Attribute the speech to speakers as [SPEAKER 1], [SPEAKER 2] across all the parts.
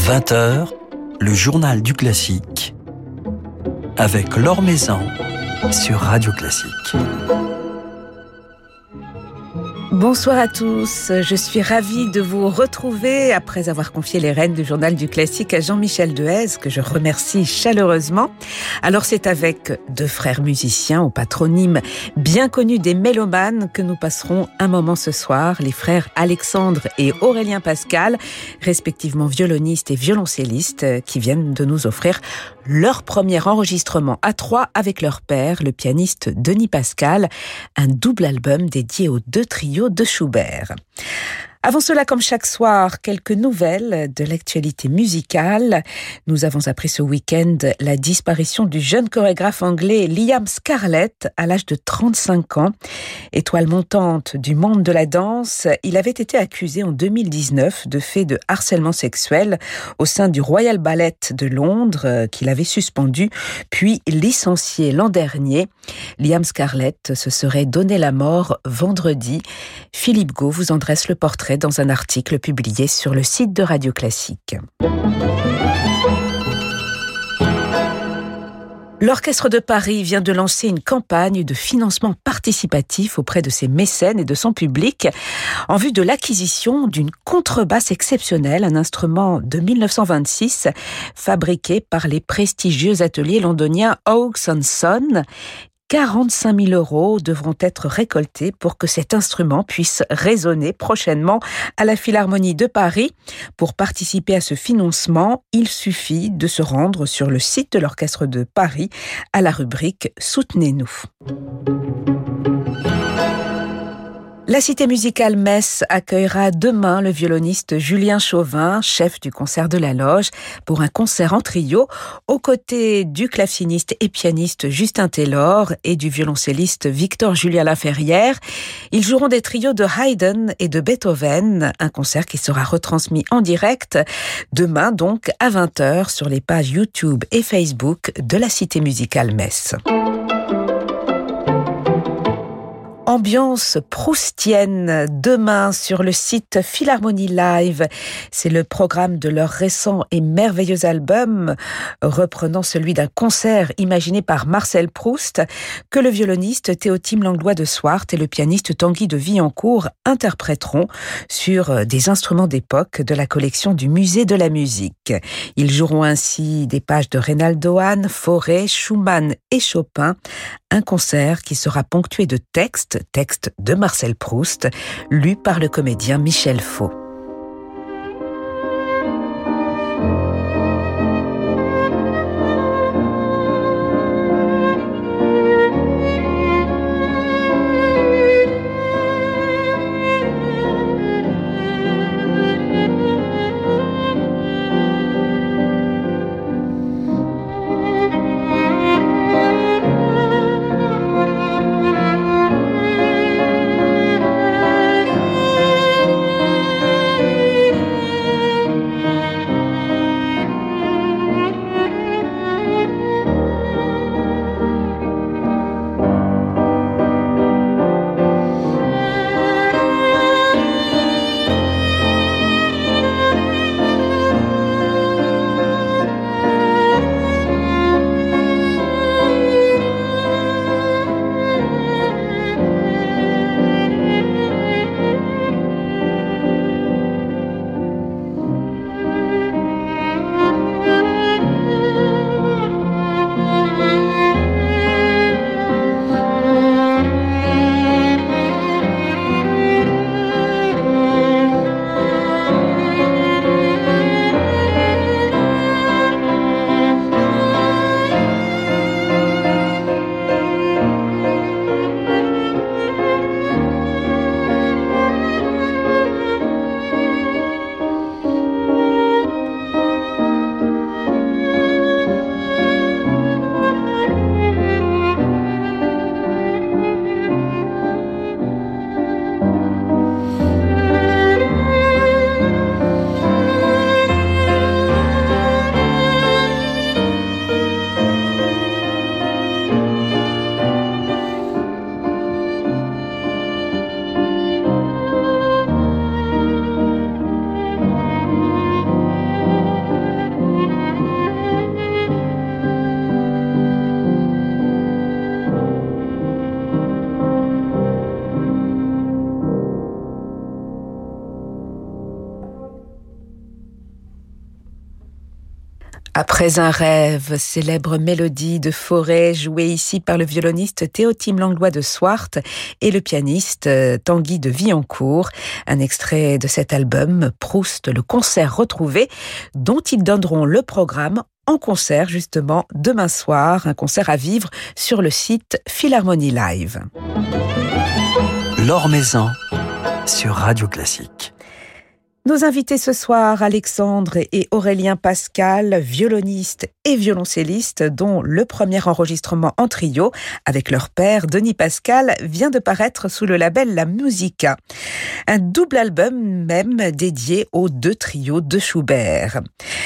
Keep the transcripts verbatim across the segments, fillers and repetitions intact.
[SPEAKER 1] vingt heures, le journal du classique avec Laure Maison sur Radio Classique.
[SPEAKER 2] Bonsoir à tous, je suis ravie de vous retrouver après avoir confié les rênes du journal du classique à Jean-Michel Dehaze, que je remercie chaleureusement. Alors c'est avec deux frères musiciens au patronyme bien connus des mélomanes que nous passerons un moment ce soir, les frères Alexandre et Aurélien Pascal, respectivement violonistes et violoncellistes, qui viennent de nous offrir leur premier enregistrement à trois avec leur père, le pianiste Denis Pascal, un double album dédié aux deux trios de Schubert. Avant cela, comme chaque soir, quelques nouvelles de l'actualité musicale. Nous avons appris ce week-end la disparition du jeune chorégraphe anglais Liam Scarlett à l'âge de trente-cinq ans. Étoile montante du monde de la danse, il avait été accusé en deux mille dix-neuf de faits de harcèlement sexuel au sein du Royal Ballet de Londres, qu'il avait suspendu, puis licencié l'an dernier. Liam Scarlett se serait donné la mort vendredi. Philippe Gau vous en dresse le portrait dans un article publié sur le site de Radio Classique. L'Orchestre de Paris vient de lancer une campagne de financement participatif auprès de ses mécènes et de son public en vue de l'acquisition d'une contrebasse exceptionnelle, un instrument de mille neuf cent vingt-six fabriqué par les prestigieux ateliers londoniens Hawks and Son. quarante-cinq mille euros devront être récoltés pour que cet instrument puisse résonner prochainement à la Philharmonie de Paris. Pour participer à ce financement, il suffit de se rendre sur le site de l'Orchestre de Paris à la rubrique « Soutenez-nous ». La Cité musicale Metz accueillera demain le violoniste Julien Chauvin, chef du concert de la Loge, pour un concert en trio, aux côtés du claveciniste et pianiste Justin Taylor et du violoncelliste Victor-Julien Laferrière. Ils joueront des trios de Haydn et de Beethoven, un concert qui sera retransmis en direct demain donc à vingt heures sur les pages YouTube et Facebook de la Cité musicale Metz. Ambiance proustienne demain sur le site Philharmonie Live. C'est le programme de leur récent et merveilleux album, reprenant celui d'un concert imaginé par Marcel Proust, que le violoniste Théotime Langlois de Swart et le pianiste Tanguy de Villancourt interpréteront sur des instruments d'époque de la collection du Musée de la musique. Ils joueront ainsi des pages de Reynaldo Hahn, Fauré, Schumann et Chopin, un concert qui sera ponctué de textes texte de Marcel Proust, lu par le comédien Michel Faux. Après un rêve, célèbre mélodie de Forêt jouée ici par le violoniste Théotime Langlois de Swart et le pianiste Tanguy de Villancourt. Un extrait de cet album, Proust, le concert retrouvé, dont ils donneront le programme en concert justement demain soir, un concert à vivre sur le site Philharmonie Live.
[SPEAKER 1] Laure Maison sur Radio Classique.
[SPEAKER 2] Nos invités ce soir, Alexandre et Aurélien Pascal, violonistes et violoncellistes, dont le premier enregistrement en trio avec leur père, Denis Pascal, vient de paraître sous le label La Musica. Un double album même dédié aux deux trios de Schubert.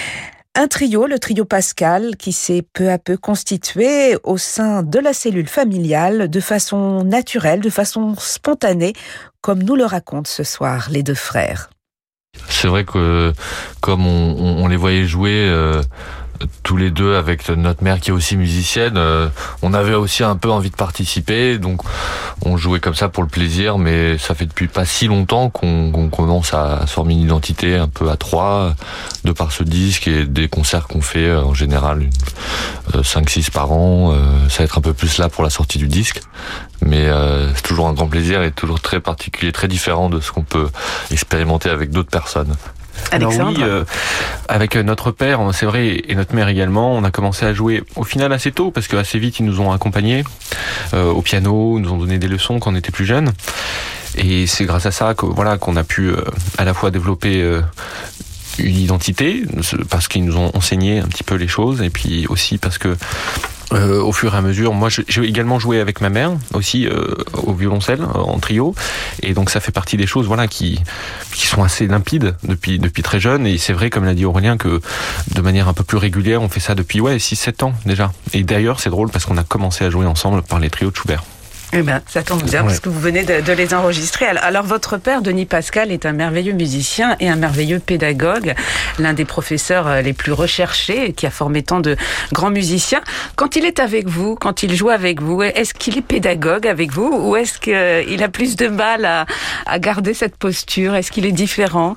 [SPEAKER 2] Un trio, le trio Pascal, qui s'est peu à peu constitué au sein de la cellule familiale de façon naturelle, de façon spontanée, comme nous le racontent ce soir les deux frères.
[SPEAKER 3] C'est vrai que comme on, on, on les voyait jouer euh, tous les deux avec notre mère qui est aussi musicienne, euh, on avait aussi un peu envie de participer, donc on jouait comme ça pour le plaisir, mais ça fait depuis pas si longtemps qu'on, qu'on commence à se former une identité un peu à trois, de par ce disque et des concerts qu'on fait euh, en général euh, cinq six par an, euh, ça va être un peu plus là pour la sortie du disque. Mais euh, c'est toujours un grand plaisir et toujours très particulier, très différent de ce qu'on peut expérimenter avec d'autres personnes.
[SPEAKER 2] Alexandre.
[SPEAKER 4] Alors oui, euh, avec notre père, c'est vrai, et notre mère également, on a commencé à jouer au final assez tôt, parce que assez vite ils nous ont accompagnés euh, au piano, ils nous ont donné des leçons quand on était plus jeunes. Et c'est grâce à ça que, voilà, qu'on a pu euh, à la fois développer euh, une identité, parce qu'ils nous ont enseigné un petit peu les choses, et puis aussi parce que Euh, au fur et à mesure, moi j'ai également joué avec ma mère aussi euh, au violoncelle euh, en trio, et donc ça fait partie des choses, voilà, qui qui sont assez limpides depuis depuis très jeune. Et c'est vrai, comme l'a dit Aurélien, que de manière un peu plus régulière, on fait ça depuis ouais six sept ans déjà. Et d'ailleurs c'est drôle parce qu'on a commencé à jouer ensemble par les trios de Schubert.
[SPEAKER 2] Eh ben, ça tombe bien, ouais, parce que vous venez de, de les enregistrer. Alors, alors, votre père, Denis Pascal, est un merveilleux musicien et un merveilleux pédagogue, l'un des professeurs les plus recherchés, qui a formé tant de grands musiciens. Quand il est avec vous, quand il joue avec vous, est-ce qu'il est pédagogue avec vous, ou est-ce qu'il a plus de mal à, à garder cette posture? Est-ce qu'il est différent?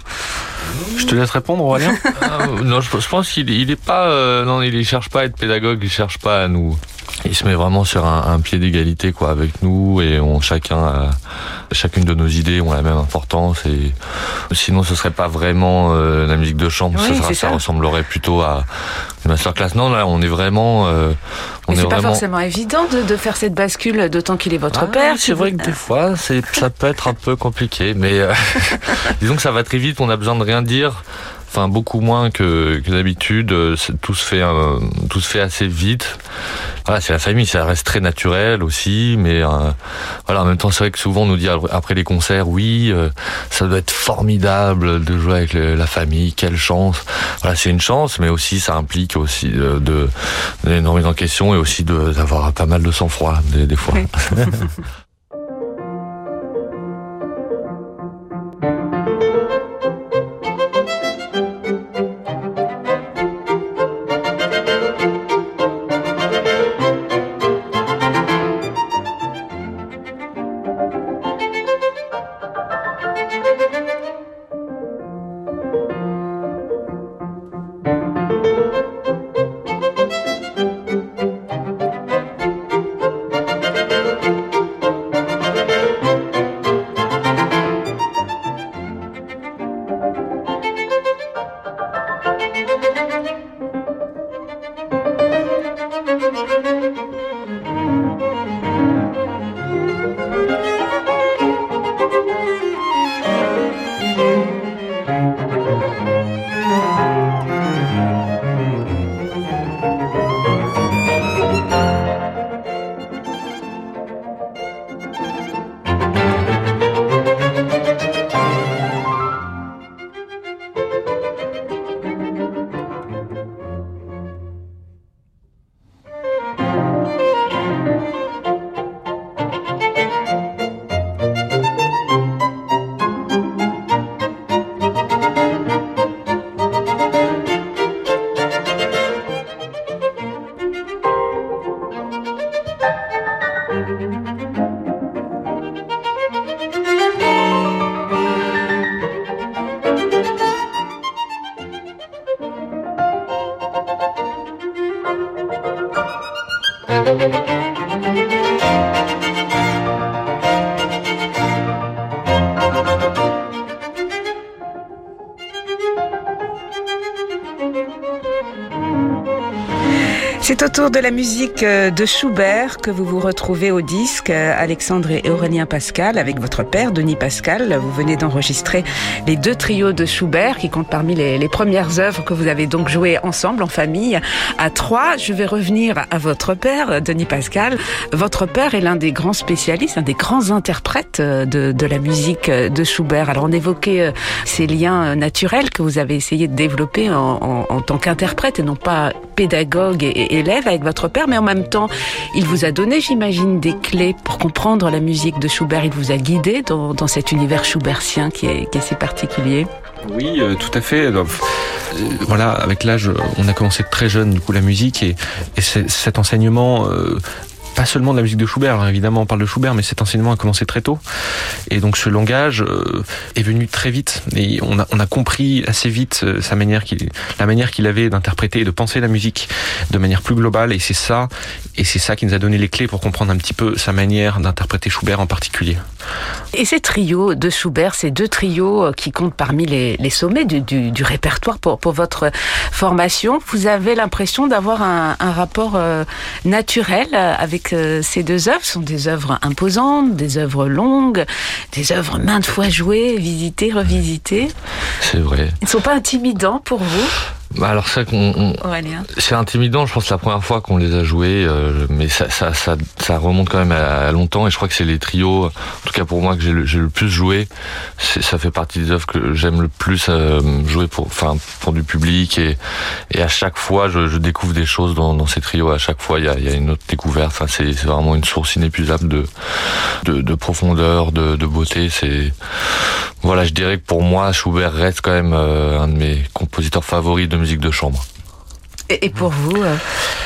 [SPEAKER 3] Je te laisse répondre, Aurélien. ah, Non, je, je pense qu'il il est pas, euh, non, il cherche pas à être pédagogue, il cherche pas à nous. Il se met vraiment sur un, un pied d'égalité, quoi, avec nous, et on chacun, a, chacune de nos idées ont la même importance. Et sinon, ce serait pas vraiment euh, la musique de chambre. Oui, ça, ça, ça ressemblerait plutôt à une masterclass. Non, là, on est vraiment. Euh, on
[SPEAKER 2] Mais
[SPEAKER 3] est
[SPEAKER 2] c'est
[SPEAKER 3] vraiment...
[SPEAKER 2] pas forcément évident de, de faire cette bascule, d'autant qu'il est votre
[SPEAKER 3] ah,
[SPEAKER 2] père.
[SPEAKER 3] C'est vrai que des fois, c'est, ça peut être un peu compliqué, mais euh, disons que ça va très vite. On a besoin de rien dire. Enfin, beaucoup moins que, que d'habitude. Tout se fait, euh, tout se fait assez vite. Voilà, c'est la famille, ça reste très naturel aussi, mais euh, voilà, en même temps, c'est vrai que souvent on nous dit après les concerts, oui, euh, ça doit être formidable de jouer avec le, la famille, quelle chance. Voilà, c'est une chance, mais aussi ça implique aussi de, de, de une remise en question et aussi de, d'avoir pas mal de sang-froid des, des fois. Oui.
[SPEAKER 2] C'est au tour de la musique de Schubert que vous vous retrouvez au disque, Alexandre et Aurélien Pascal, avec votre père, Denis Pascal. Vous venez d'enregistrer les deux trios de Schubert qui comptent parmi les, les premières œuvres que vous avez donc jouées ensemble, en famille, à trois. Je vais revenir à votre père, Denis Pascal. Votre père est l'un des grands spécialistes, un des grands interprètes de, de la musique de Schubert. Alors on évoquait ces liens naturels que vous avez essayé de développer en, en, en tant qu'interprète et non pas pédagogue et, et élève avec votre père, mais en même temps, il vous a donné, j'imagine, des clés pour comprendre la musique de Schubert. Il vous a guidé dans, dans cet univers schubertien qui est, qui est si particulier.
[SPEAKER 4] Oui, euh, tout à fait. Donc, euh, voilà, avec l'âge, on a commencé très jeune, du coup, la musique et, et cet enseignement. Euh, Pas seulement de la musique de Schubert, hein, évidemment on parle de Schubert, mais cet enseignement a commencé très tôt. Et donc ce langage euh, est venu très vite. Et on a, on a compris assez vite euh, sa manière qu'il, la manière qu'il avait d'interpréter et de penser la musique de manière plus globale. Et c'est ça, et c'est ça qui nous a donné les clés pour comprendre un petit peu sa manière d'interpréter Schubert en particulier.
[SPEAKER 2] Et ces trios de Schubert, ces deux trios qui comptent parmi les, les sommets du, du, du répertoire pour, pour votre formation, vous avez l'impression d'avoir un, un rapport euh, naturel avec euh, ces deux œuvres. Ce sont des œuvres imposantes, des œuvres longues, des œuvres maintes fois jouées, visitées, revisitées.
[SPEAKER 3] C'est vrai.
[SPEAKER 2] Ils ne sont pas intimidants pour vous ?
[SPEAKER 3] Bah alors ça qu'on on, c'est intimidant, je pense, la première fois qu'on les a joués, euh, mais ça, ça ça ça remonte quand même à, à longtemps, et je crois que c'est les trios, en tout cas pour moi, que j'ai le, j'ai le plus joué. C'est, ça fait partie des œuvres que j'aime le plus euh, jouer pour, enfin pour du public, et et à chaque fois je, je découvre des choses dans, dans ces trios. À chaque fois il y a, il y a une autre découverte. Enfin c'est, c'est vraiment une source inépuisable de de, de profondeur, de, de beauté. C'est voilà, je dirais que pour moi Schubert reste quand même euh, un de mes compositeurs favoris de musique de chambre.
[SPEAKER 2] Et pour vous, Alexandre ?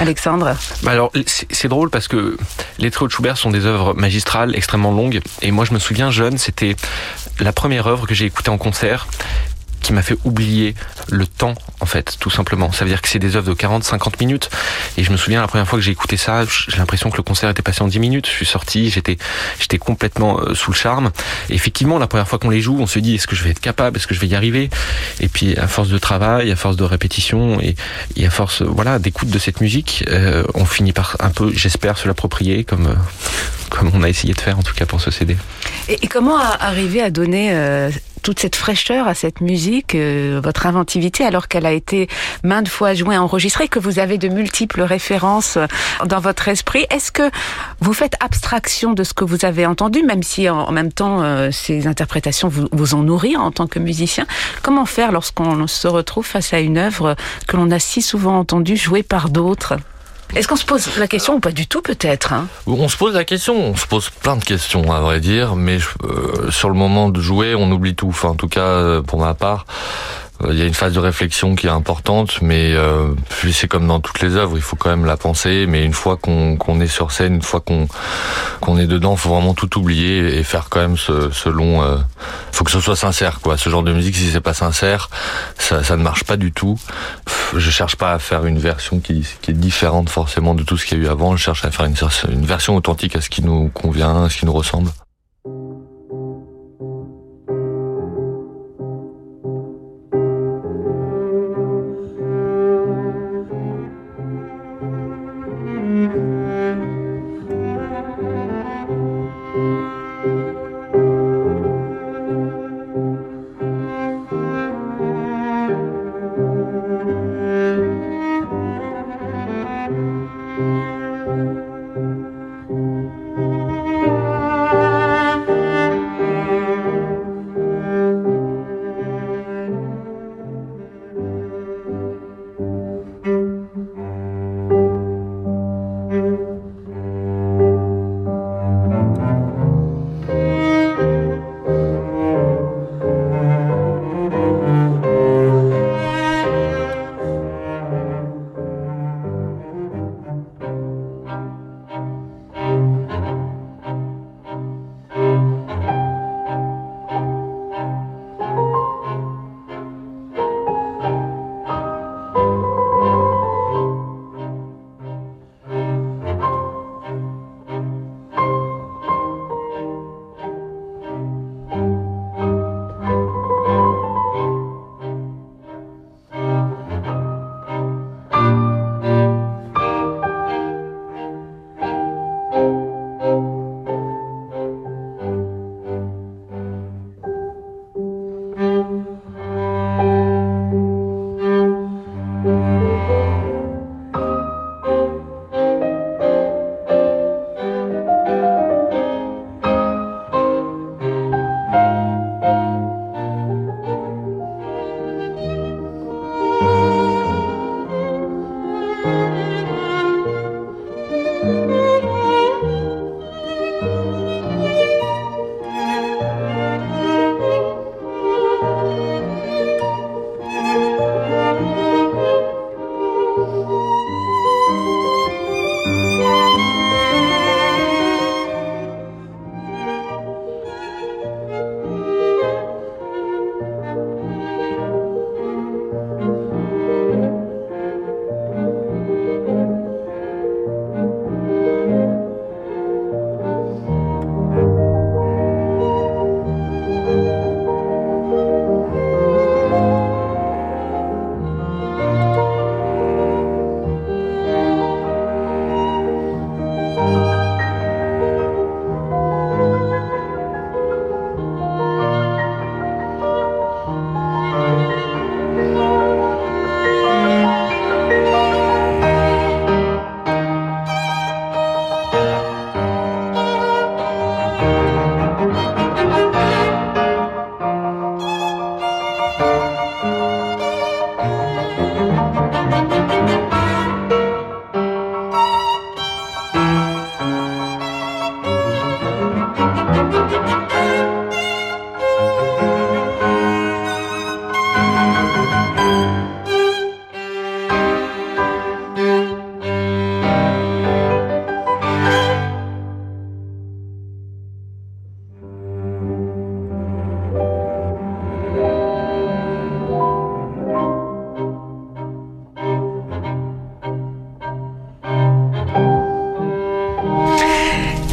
[SPEAKER 4] Bah alors, c'est, c'est drôle parce que les trios de Schubert sont des œuvres magistrales, extrêmement longues. Et moi, je me souviens, jeune, c'était la première œuvre que j'ai écoutée en concert qui m'a fait oublier le temps, en fait, tout simplement. Ça veut dire que c'est des œuvres de quarante à cinquante minutes. Et je me souviens, la première fois que j'ai écouté ça, j'ai l'impression que le concert était passé en dix minutes. Je suis sorti, j'étais, j'étais complètement euh, sous le charme. Et effectivement, la première fois qu'on les joue, on se dit, est-ce que je vais être capable? Est-ce que je vais y arriver? Et puis, à force de travail, à force de répétition et, et à force, voilà, d'écoute de cette musique, euh, on finit par un peu, j'espère, se l'approprier comme, euh, comme on a essayé de faire, en tout cas, pour ce C D.
[SPEAKER 2] Et, et comment arriver à donner euh, toute cette fraîcheur à cette musique, euh, votre inventivité, alors qu'elle a été maintes fois jouée, enregistrée, que vous avez de multiples références dans votre esprit? Est-ce que vous faites abstraction de ce que vous avez entendu, même si en, en même temps euh, ces interprétations vous, vous ont nourri en tant que musicien? Comment faire lorsqu'on se retrouve face à une œuvre que l'on a si souvent entendue jouée par d'autres? Est-ce qu'on se pose la question ou pas du tout, peut-être, hein?
[SPEAKER 3] On se pose la question, on se pose plein de questions, à vrai dire, mais euh, sur le moment de jouer, on oublie tout. Enfin, en tout cas, pour ma part, il y a une phase de réflexion qui est importante, mais euh, c'est comme dans toutes les œuvres, il faut quand même la penser. Mais une fois qu'on, qu'on est sur scène, une fois qu'on qu'on est dedans, faut vraiment tout oublier et faire quand même ce, ce long. Euh, faut que ce soit sincère, quoi. Ce genre de musique, si c'est pas sincère, ça, ça ne marche pas du tout. Je cherche pas à faire une version qui, qui est différente forcément de tout ce qu'il y a eu avant. Je cherche à faire une, une version authentique à ce qui nous convient, à ce qui nous ressemble.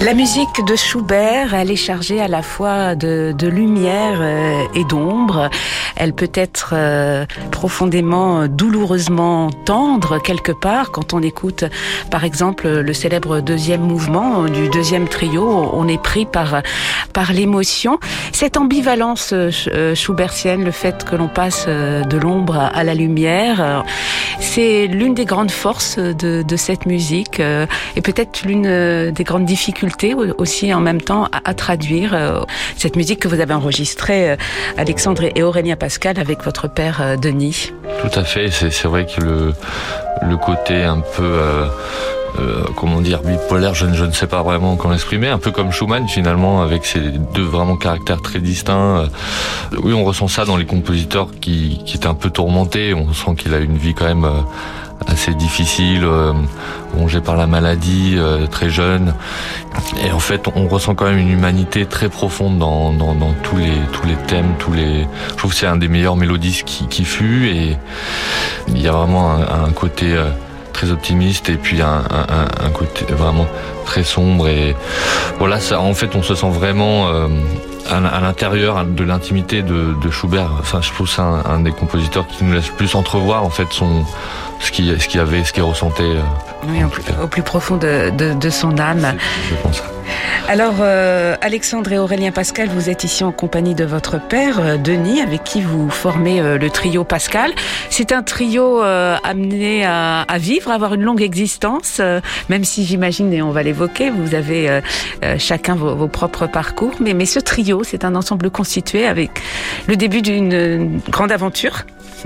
[SPEAKER 2] La musique de Schubert, elle est chargée à la fois de, de lumière et d'ombre. Elle peut être euh, profondément, douloureusement tendre quelque part. Quand on écoute, par exemple, le célèbre deuxième mouvement du deuxième trio, on est pris par par l'émotion. Cette ambivalence euh, schubertienne, le fait que l'on passe de l'ombre à la lumière, c'est l'une des grandes forces de, de cette musique euh, et peut-être l'une des grandes difficultés aussi en même temps à, à traduire euh, cette musique que vous avez enregistrée, euh, Alexandre et Aurélien Pascal, avec votre père euh, Denis.
[SPEAKER 3] Tout à fait, c'est, c'est vrai que le, le côté un peu... Euh Euh, comment dire, bipolaire, je ne, je ne sais pas vraiment comment l'exprimer, un peu comme Schumann finalement, avec ses deux vraiment caractères très distincts. Euh, oui, on ressent ça dans les compositeurs qui, qui étaient un peu tourmentés, on sent qu'il a une vie quand même euh, assez difficile, euh, rongé par la maladie, euh, très jeune. Et en fait, on ressent quand même une humanité très profonde dans, dans, dans tous les tous les thèmes, tous les. Je trouve que c'est un des meilleurs mélodistes qui, qui fut, et il y a vraiment un, un côté euh, très optimiste et puis un, un, un côté vraiment très sombre, et voilà, ça, en fait on se sent vraiment euh, à, à l'intérieur de l'intimité de, de Schubert. Enfin, je trouve que c'est un, un des compositeurs qui nous laisse plus entrevoir en fait son ce qu'il ce qu'il avait, ce qu'il ressentait. Euh,
[SPEAKER 2] oui, au plus, au plus profond de, de, de son âme.
[SPEAKER 3] Je pense ça.
[SPEAKER 2] Alors, euh, Alexandre et Aurélien Pascal, vous êtes ici en compagnie de votre père, euh, Denis, avec qui vous formez euh, le trio Pascal. C'est un trio euh, amené à, à vivre, à avoir une longue existence, euh, même si j'imagine, et on va l'évoquer, vous avez euh, euh, chacun vos, vos propres parcours. Mais, mais ce trio, c'est un ensemble constitué avec le début d'une grande aventure.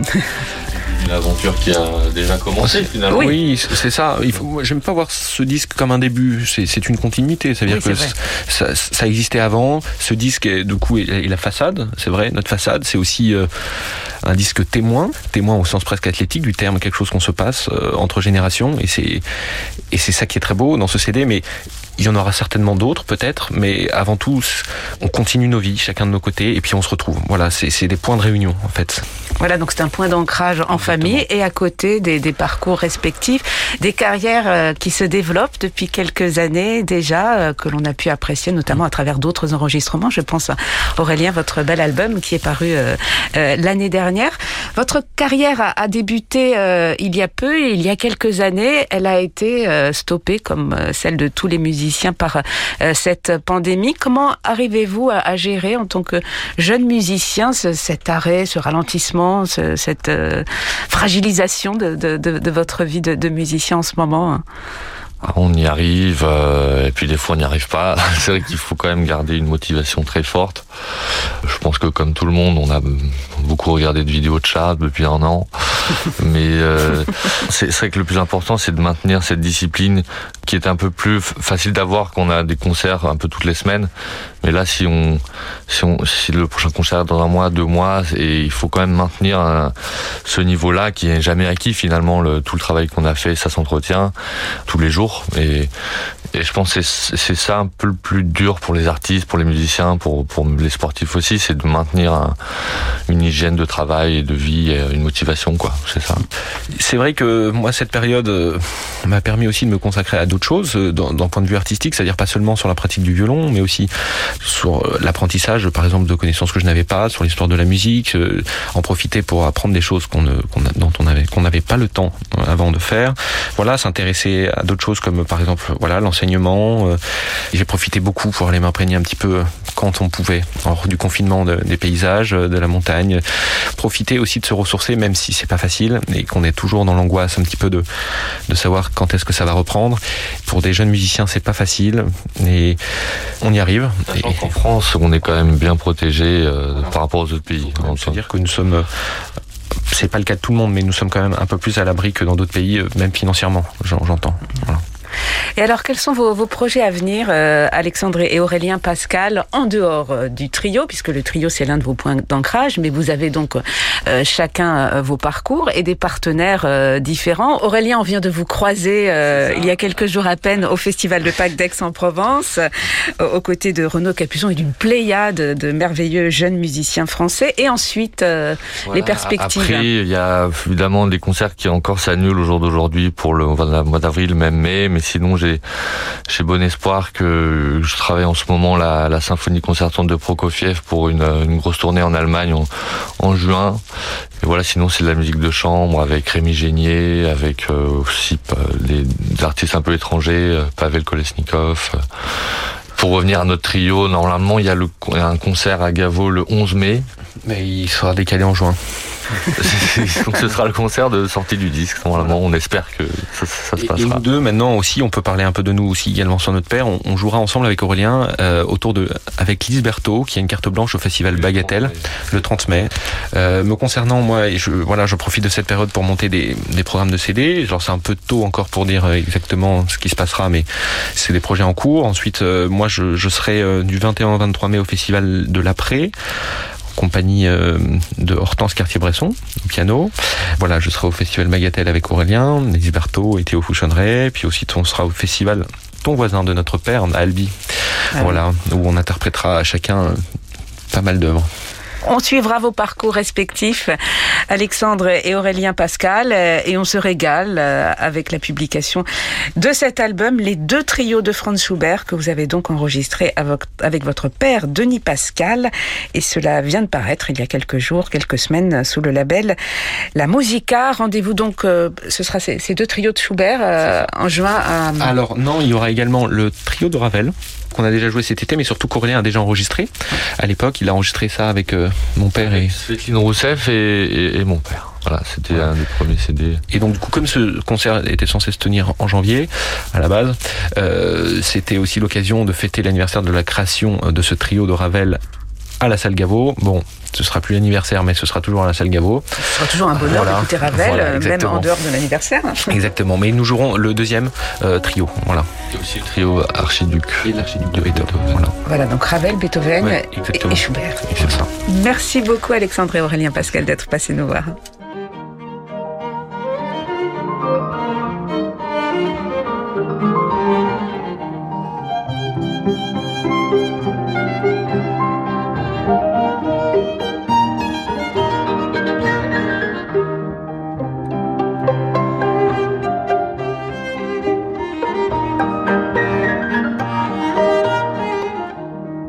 [SPEAKER 3] Une aventure qui a déjà commencé finalement.
[SPEAKER 4] Oui, oui, c'est ça. Il faut, moi, j'aime pas voir ce disque comme un début. C'est, c'est une continuité. Ça veut
[SPEAKER 2] oui,
[SPEAKER 4] dire que ça, ça existait avant. Ce disque, est, du coup, est, est la façade. C'est vrai, notre façade. C'est aussi euh, un disque témoin, témoin au sens presque athlétique du terme, quelque chose qu'on se passe euh, entre générations. Et c'est et c'est ça qui est très beau dans ce C D. Mais il y en aura certainement d'autres, peut-être, mais avant tout, on continue nos vies, chacun de nos côtés, et puis on se retrouve. Voilà, c'est, c'est des points de réunion, en fait.
[SPEAKER 2] Voilà, donc c'est un point d'ancrage en famille, et à côté des, des parcours respectifs, des carrières euh, qui se développent depuis quelques années déjà, euh, que l'on a pu apprécier, notamment à travers d'autres enregistrements. Je pense à Aurélien, votre bel album qui est paru euh, euh, l'année dernière. Votre carrière a, a débuté euh, il y a peu, et il y a quelques années, elle a été euh, stoppée, comme euh, celle de tous les musiciens, par euh, cette pandémie. Comment arrivez-vous à, à gérer en tant que jeune musicien ce, cet arrêt, ce ralentissement, ce, cette euh, fragilisation de, de, de, de votre vie de, de musicien en ce moment?
[SPEAKER 3] On y arrive, euh, et puis des fois on n'y arrive pas. C'est vrai qu'il faut quand même garder une motivation très forte. Je pense que comme tout le monde, on a beaucoup regardé de vidéos de Charles depuis un an. Mais euh, c'est, c'est vrai que le plus important, c'est de maintenir cette discipline qui est un peu plus f- facile d'avoir quand on a des concerts un peu toutes les semaines. Mais là, si on, si on, si le prochain concert est dans un mois, deux mois, et il faut quand même maintenir un, ce niveau-là qui est jamais acquis finalement. Le, tout le travail qu'on a fait, ça s'entretient tous les jours. Et, et je pense que c'est, c'est ça un peu le plus dur pour les artistes, pour les musiciens, pour, pour les sportifs aussi, c'est de maintenir un, une hygiène de travail et de vie, et une motivation, quoi. C'est ça.
[SPEAKER 4] C'est vrai que moi, cette période euh, m'a permis aussi de me consacrer à d'autres choses, euh, d'un, d'un point de vue artistique, c'est-à-dire pas seulement sur la pratique du violon, mais aussi sur euh, l'apprentissage, par exemple, de connaissances que je n'avais pas, sur l'histoire de la musique, euh, en profiter pour apprendre des choses qu'on, ne, qu'on a, dont on avait, qu'on n'avait pas le temps avant de faire. Voilà, s'intéresser à d'autres choses comme, par exemple, voilà, l'enseignement. Euh, j'ai profité beaucoup pour aller m'imprégner un petit peu quand on pouvait, hors du confinement, de, des paysages, de la montagne. Profiter aussi de se ressourcer, même si c'est pas facile et qu'on est toujours dans l'angoisse un petit peu de de savoir quand est-ce que ça va reprendre. Pour des jeunes musiciens, c'est pas facile, et on y arrive.
[SPEAKER 3] Sachant et... qu'en France, on est quand même bien protégé euh, voilà. par rapport aux autres pays.
[SPEAKER 4] On peut dire que nous sommes, c'est pas le cas de tout le monde, mais nous sommes quand même un peu plus à l'abri que dans d'autres pays, même financièrement, j'entends. Voilà.
[SPEAKER 2] Et alors, quels sont vos, vos projets à venir, euh, Alexandre et Aurélien Pascal, en dehors euh, du trio, puisque le trio, c'est l'un de vos points d'ancrage, mais vous avez donc euh, chacun euh, vos parcours et des partenaires euh, différents. Aurélien, on vient de vous croiser euh, il y a quelques jours à peine au Festival de Pâques d'Aix-en-Provence, euh, aux côtés de Renaud Capuçon et d'une pléiade de, de merveilleux jeunes musiciens français. Et ensuite, euh, voilà, les perspectives.
[SPEAKER 3] Après, il y a évidemment des concerts qui encore s'annulent au jour d'aujourd'hui pour le mois d'avril, même mai, mais sinon j'ai j'ai bon espoir que je travaille en ce moment la, la symphonie concertante de Prokofiev pour une, une grosse tournée en Allemagne en, en juin. Et voilà, sinon c'est de la musique de chambre avec Rémi Génier, avec euh, aussi des, des artistes un peu étrangers, euh, Pavel Kolesnikov. Euh, Pour revenir à notre trio, normalement il y a le, un concert à Gaveau le onze mai.
[SPEAKER 4] Mais il sera décalé en juin.
[SPEAKER 3] Donc ce sera le concert de sortie du disque. Normalement, on espère que ça, ça se passera.
[SPEAKER 4] Et nous deux, maintenant aussi, on peut parler un peu de nous aussi également sur notre père. On, on jouera ensemble avec Aurélien euh, autour de avec Lise Berthaud, qui a une carte blanche au festival Bagatelle le trente mai. Euh, me concernant, moi, je voilà, je profite de cette période pour monter des, des programmes de C D. Genre c'est un peu tôt encore pour dire exactement ce qui se passera, mais c'est des projets en cours. Ensuite, euh, moi, je, je serai euh, du vingt et un au vingt-trois mai au festival de l'Après, compagnie euh, de Hortense Cartier-Bresson au piano. Voilà, je serai au festival Bagatelle avec Aurélien, Lise Berthaud et Théo Fouchonneret. Puis aussi, on sera au festival Ton voisin de notre père, à Albi. Ah voilà, oui. Où on interprétera chacun pas mal d'œuvres.
[SPEAKER 2] On suivra vos parcours respectifs, Alexandre et Aurélien Pascal, et on se régale avec la publication de cet album, les deux trios de Franz Schubert, que vous avez donc enregistré avec votre père, Denis Pascal, et cela vient de paraître il y a quelques jours, quelques semaines, sous le label La Musica. Rendez-vous donc, ce sera ces deux trios de Schubert en juin à...
[SPEAKER 4] Alors non, il y aura également le trio de Ravel, qu'on a déjà joué cet été, mais surtout qu'Aurélien a déjà enregistré. À l'époque, il a enregistré ça avec euh, mon père et...
[SPEAKER 3] Svetlin Rousseff et, et, et mon père. Voilà, c'était ouais. un des premiers C D.
[SPEAKER 4] Et donc, du coup, comme ce concert était censé se tenir en janvier, à la base, euh, c'était aussi l'occasion de fêter l'anniversaire de la création de ce trio de Ravel à la salle Gaveau. Bon, ce sera plus l'anniversaire, mais ce sera toujours à la salle Gaveau.
[SPEAKER 2] Ce sera toujours un bonheur voilà. d'écouter Ravel, voilà, même en dehors de l'anniversaire.
[SPEAKER 4] Exactement, mais nous jouerons le deuxième euh, trio, voilà.
[SPEAKER 3] Et aussi le trio Archiduc.
[SPEAKER 4] Et l'Archiduc de Beethoven.
[SPEAKER 2] Voilà. voilà, donc Ravel, Beethoven ouais, et, et Schubert.
[SPEAKER 4] Et c'est ça.
[SPEAKER 2] Merci beaucoup Alexandre et Aurélien Pascal d'être passés nous voir.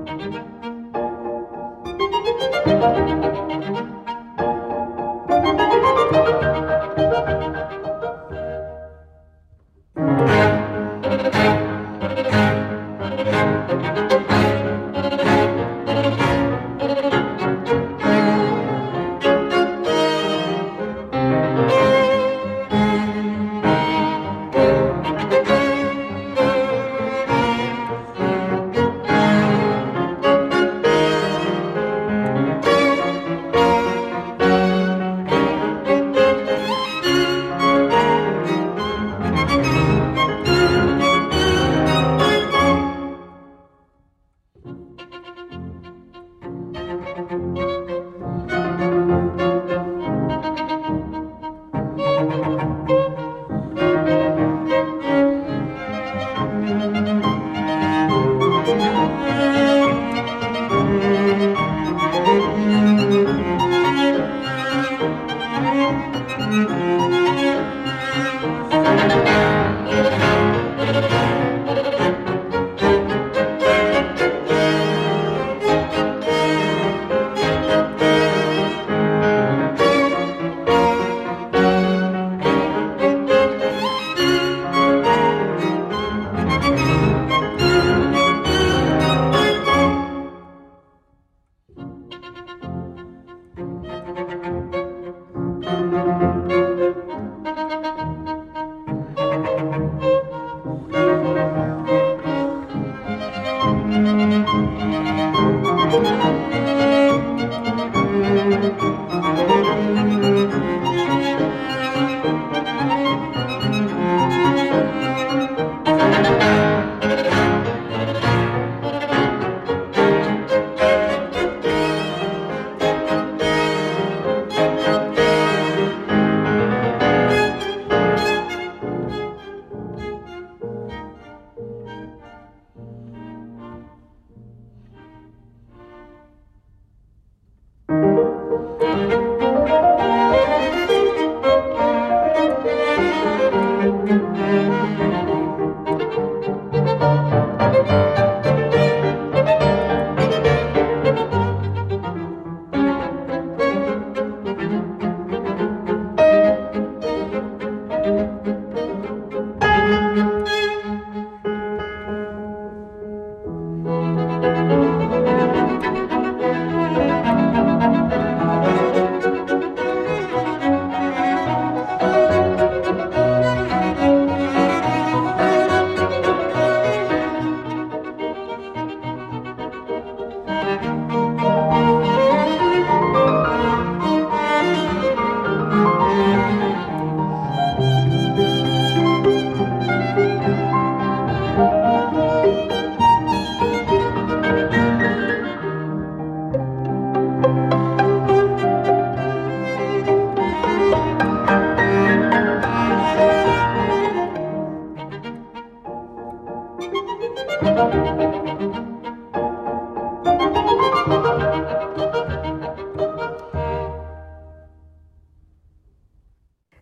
[SPEAKER 2] Thank you.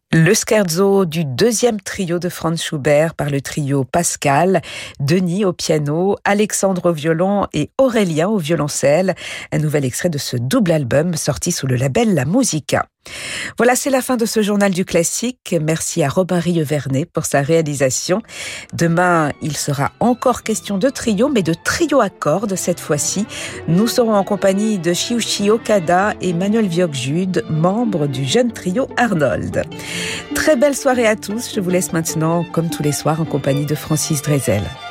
[SPEAKER 2] Le scherzo du deuxième trio de Franz Schubert par le trio Pascal, Denis au piano, Alexandre au violon et Aurélien au violoncelle. Un nouvel extrait de ce double album sorti sous le label La Musica. Voilà, c'est la fin de ce journal du classique. Merci à Robin Rieuvernet pour sa réalisation. Demain, il sera encore question de trio, mais de trio à cordes cette fois-ci. Nous serons en compagnie de Shiushi Okada et Manuel Viogjude, membres du jeune trio Arnold. Très belle soirée à tous. Je vous laisse maintenant, comme tous les soirs, en compagnie de Francis Drezel.